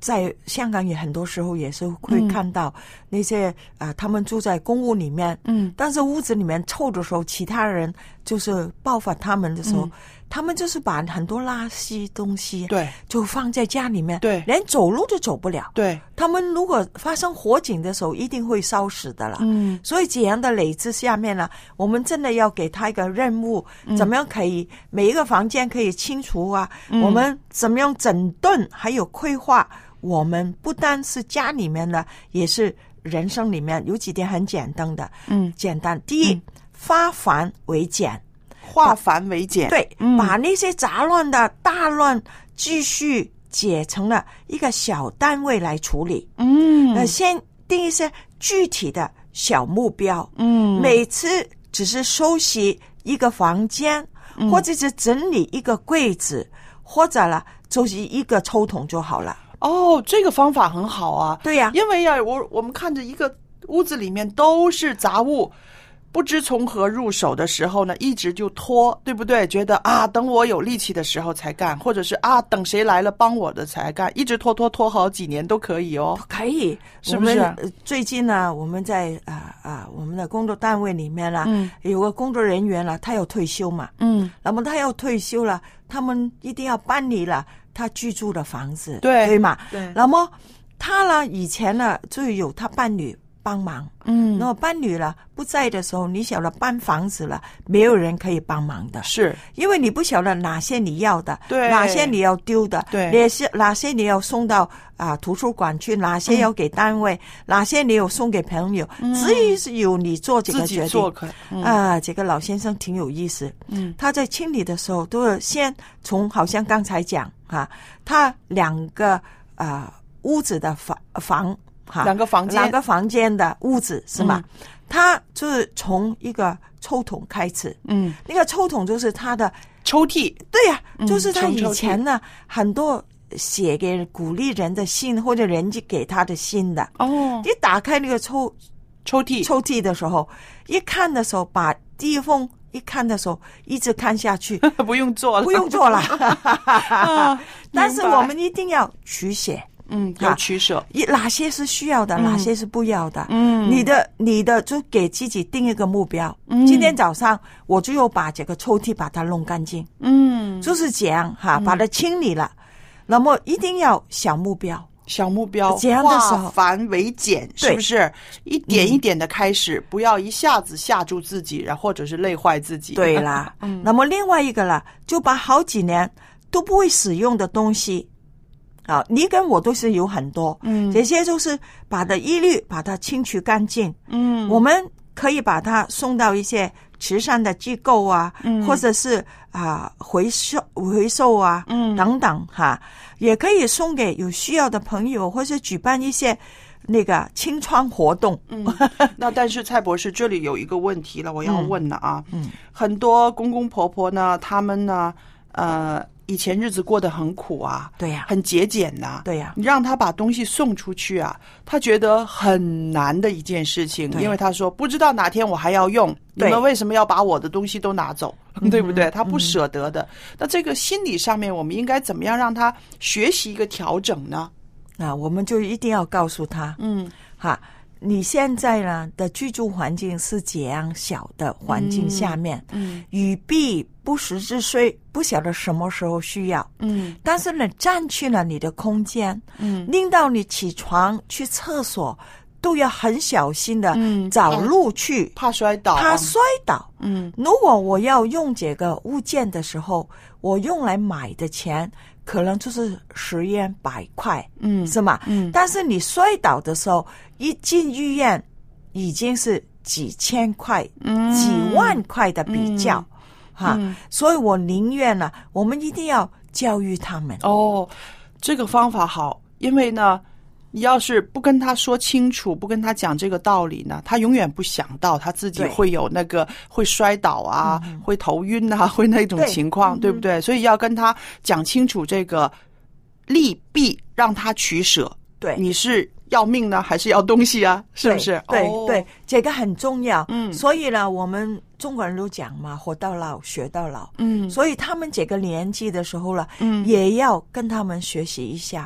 在香港也很多时候也是会看到那些他们住在公屋里面，但是屋子里面臭的时候，其他人就是报复他们的时候，他们就是把很多垃圾东西对就放在家里面， 对， 连走路都走不了。 对， 他们如果发生火警的时候，一定会烧死的了。所以这样的累积下面呢，我们真的要给他一个任务，怎么样可以每一个房间可以清除啊？我们怎么样整顿，还有规划。我们不单是家里面的，也是人生里面有几点很简单的。简单。第一，化繁为简。 化繁为简， 对，把那些杂乱的大乱继续解成了一个小单位来处理。先定一些具体的小目标。每次只是收拾一个房间，或者是整理一个柜子，或者了就是一个抽桶就好了。 哦，这个方法很好啊。 对呀， 因为呀，我们看着一个屋子里面都是杂物，不知从何入手的时候呢，一直就拖，对不对？觉得等我有力气的时候才干，或者是等谁来了帮我的才干，一直拖好几年都可以哦。 可以， 是不是？ 最近呢，我们在我们的工作单位里面了，有个工作人员了，他要退休嘛，那么他要退休了，他们一定要搬离了他居住的房子，对嘛？对。那么他呢，以前呢就有他伴侣帮忙，那么伴侣了不在的时候，你晓得搬房子了，没有人可以帮忙的， 是因为你不晓得哪些你要的， 对， 哪些你要丢的， 对， 哪些你要送到图书馆去，哪些要给单位，哪些你有送给朋友，只有你做这个决定。这个老先生挺有意思，他在清理的时候都是先从好像刚才讲他两个屋子的房。 两个房间的屋子是吗？他就是从一个抽桶开始，那个抽桶就是他的抽屉， 对呀，就是他以前呢很多写给鼓励人的信或者人家给他的信的。你打开那个抽屉的时候，一看的时候，把第一封一看的时候，一直看下去， 不用做了。但是我们一定要取写。 要取舍， 哪些是需要的，哪些是不要的。你的就给自己定一个目标。今天早上我就要把这个抽屉把它弄干净。就是这样把它清理了。那么一定要小目标，这样的时候化繁为简，是不是？一点一点的开始，不要一下子吓住自己，然后或者是累坏自己。 对啦，那么另外一个啦，就把好几年都不会使用的东西。你跟我都是有很多，这些就是把它一律把它清除干净。我们可以把它送到一些慈善的机构或者是回收等等也可以送给有需要的朋友，或是举办一些那个清创活动。 那但是蔡博士这里有一个问题了，我要问了很多公公婆婆呢，他们呢以前日子过得很苦对呀， 很节俭对呀。 你让他把东西送出去他觉得很难的一件事情，因为他说不知道哪天我还要用，你们为什么要把我的东西都拿走，对不对？他不舍得的。那这个心理上面，我们应该怎么样让他学习一个调整呢？ 我们就一定要告诉他，你现在呢的居住环境是这样小的环境下面，雨必不时之需，不晓得什么时候需要，但是呢占据了你的空间，令到你起床去厕所都要很小心的找路去， 怕摔倒。 如果我要用这个物件的时候，我用来买的钱可能就是10元100块，是吗？但是你摔倒的时候，一进医院已经是几千块、几万块的比较，所以我宁愿呢，我们一定要教育他们。 这个方法好，因为呢，你要是不跟他说清楚，不跟他讲这个道理呢，他永远不想到他自己会有那个会摔倒会头晕会那种情况， 对不对？所以要跟他讲清楚这个利弊，让他取舍。 对， 你是要命呢，还是要东西是不是？ 对，这个很重要。所以呢，我们中国人都讲嘛，活到老学到老。所以他们这个年纪的时候了，也要跟他们学习一下。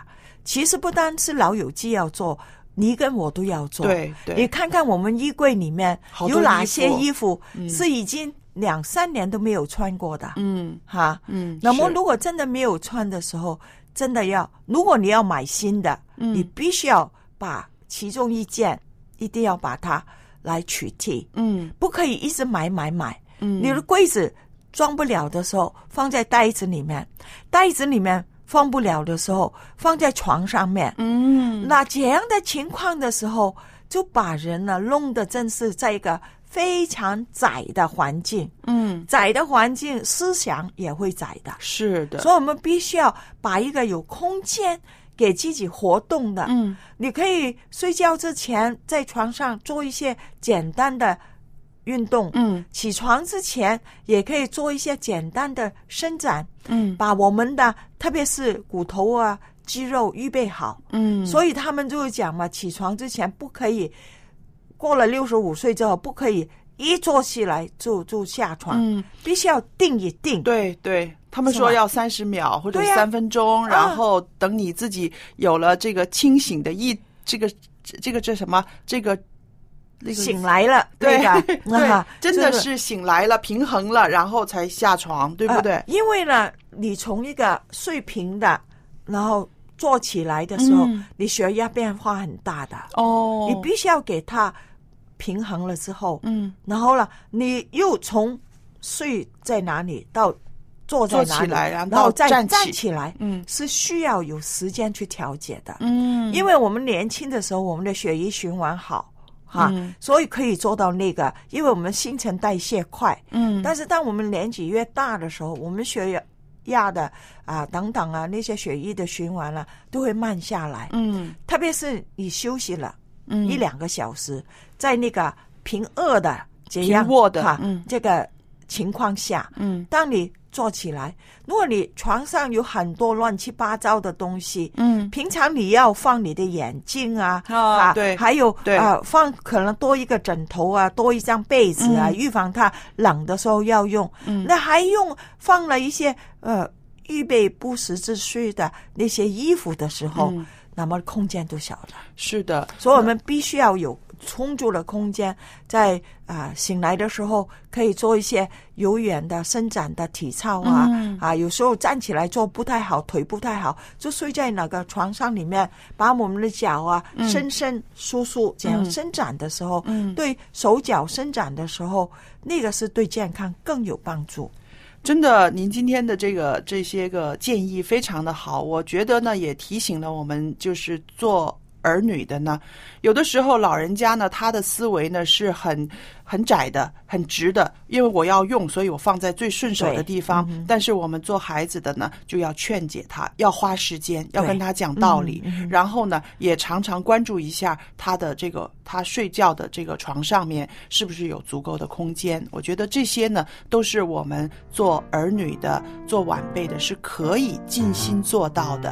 其实不单是老友记要做，你跟我都要做。 对对， 你看看我们衣柜里面有哪些衣服是已经2-3年都没有穿过的。那么如果真的没有穿的时候，真的如果你要买新的，你必须要把其中一件一定要把它来取替。不可以一直买。你的柜子装不了的时候放在袋子里面，袋子里面放不了的时候放在床上面。那这样的情况的时候，就把人呢弄得真是在一个非常窄的环境。窄的环境思想也会窄的。 是的， 所以我们必须要把一个有空间给自己活动的。你可以睡觉之前在床上做一些简单的运动。起床之前也可以做一些简单的伸展。把我们的特别是骨头啊肌肉预备好。所以他们就会讲嘛，起床之前不可以，过了65岁之后不可以一坐起来就下床。必须要定一定。 对对，他们说要30秒或者3分钟，然后等你自己有了这个清醒的这什么这个醒来了。 对对， 真的是醒来了，平衡了，然后才下床，对不对？ 因为呢，你从一个睡平的，然后坐起来的时候，你血压变化很大的。你必须要给它平衡了之后，然后呢，你又从睡在哪里到坐在哪里，然后再站起来，是需要有时间去调节的。因为我们年轻的时候，我们的血液循环好。所以可以做到那个，因为我们新陈代谢快。但是当我们年纪越大的时候，我们血压的等等那些血液的循环都会慢下来。特别是你休息了1-2个小时，在那个平卧的这样平卧的这个情况下，当你坐起来，如果你床上有很多乱七八糟的东西，平常你要放你的眼镜对， 还有放可能多一个枕头多一张被子预防它冷的时候要用。那还放了一些预备不时之需的那些衣服的时候，那么空间都小了。 是的， 所以我们必须要有充足的空间，在醒来的时候可以做一些有氧的伸展的体操有时候站起来做不太好，腿不太好，就睡在那个床上里面，把我们的脚伸舒这样伸展的时候，对手脚伸展的时候，那个是对健康更有帮助。 真的，您今天的这些个建议非常的好，我觉得呢也提醒了我们，就是做儿女的呢，有的时候老人家呢他的思维呢是很窄的，很直的，因为我要用，所以我放在最顺手的地方。但是我们做孩子的呢，就要劝解他，要花时间，要跟他讲道理，然后呢也常常关注一下他的他睡觉的这个床上面是不是有足够的空间。我觉得这些呢都是我们做儿女的、做晚辈的是可以尽心做到的。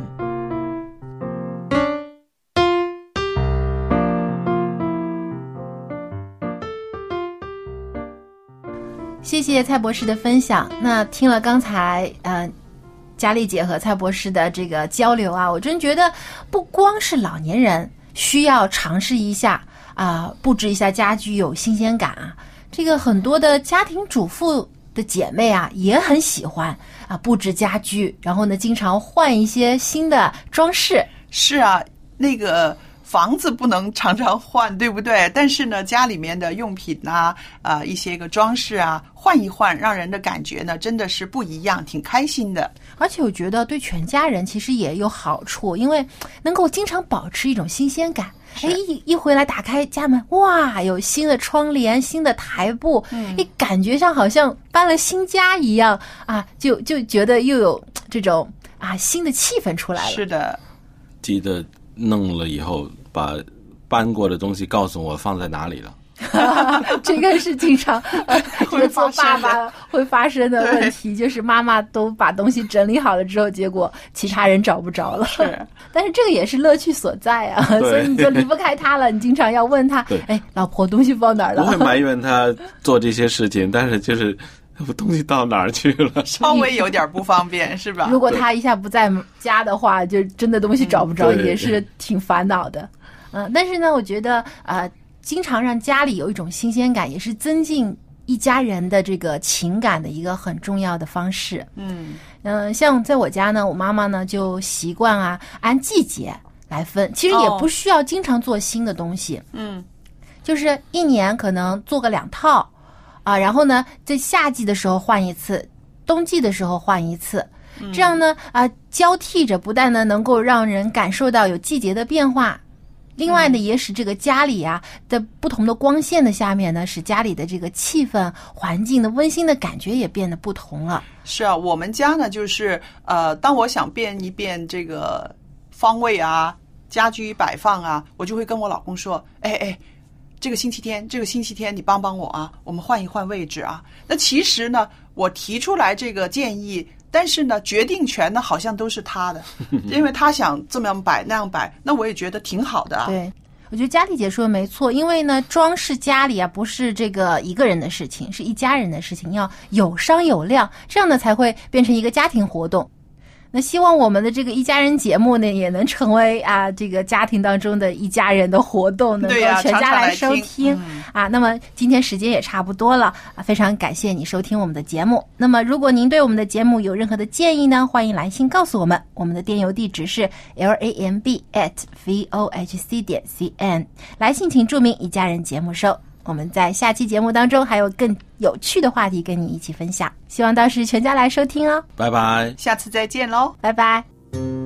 谢谢蔡博士的分享。那听了刚才佳丽姐和蔡博士的这个交流我真觉得不光是老年人需要尝试一下布置一下家居有新鲜感这个很多的家庭主妇的姐妹也很喜欢布置家居，然后呢经常换一些新的装饰。 是那个房子不能常常换，对不对？但是呢，家里面的用品一些个装饰换一换，让人的感觉呢真的是不一样，挺开心的。 而且我觉得对全家人其实也有好处，因为能够经常保持一种新鲜感。一回来打开家门，哇，有新的窗帘、新的台布，一感觉上好像搬了新家一样就觉得又有这种新的气氛出来了。 是的， 记得弄了以后把搬过的东西告诉我放在哪里了。 这个是经常会做爸爸会发生的问题，就是妈妈都把东西整理好了之后，结果其他人找不着了。但是这个也是乐趣所在所以你就离不开他了。你经常要问他，老婆东西放哪儿了？ 不会埋怨他做这些事情，但是就是我东西到哪儿去了？ 稍微有点不方便是吧？ 如果他一下不在家的话，就真的东西找不着，也是挺烦恼的。但是呢，我觉得经常让家里有一种新鲜感，也是增进一家人的这个情感的一个很重要的方式。像在我家呢，我妈妈呢就习惯按季节来分，其实也不需要经常做新的东西。就是一年可能做个2套然后呢，在夏季的时候换一次，冬季的时候换一次，这样呢交替着，不但呢能够让人感受到有季节的变化，另外呢也使这个家里的不同的光线的下面呢，使家里的这个气氛环境的温馨的感觉也变得不同了。 是啊，我们家呢就是当我想变一变这个方位家居摆放我就会跟我老公说，这个星期天你帮帮我我们换一换位置那其实呢，我提出来这个建议，但是呢，决定权呢好像都是他的，因为他想这么样摆那样摆，那我也觉得挺好的对，我觉得佳丽姐说的没错，因为呢，装饰家里不是这个一个人的事情，是一家人的事情，要有商有量，这样呢才会变成一个家庭活动。那希望我们的这个一家人节目呢，也能成为这个家庭当中的一家人的活动，能够全家来收听那么今天时间也差不多了非常感谢你收听我们的节目。那么如果您对我们的节目有任何的建议呢，欢迎来信告诉我们，我们的电邮地址是 lamb@vohc.cn， 来信请注明一家人节目收。我们在下期节目当中还有更有趣的话题跟你一起分享，希望到时全家来收听哦。 拜拜， 下次再见喽， 拜拜。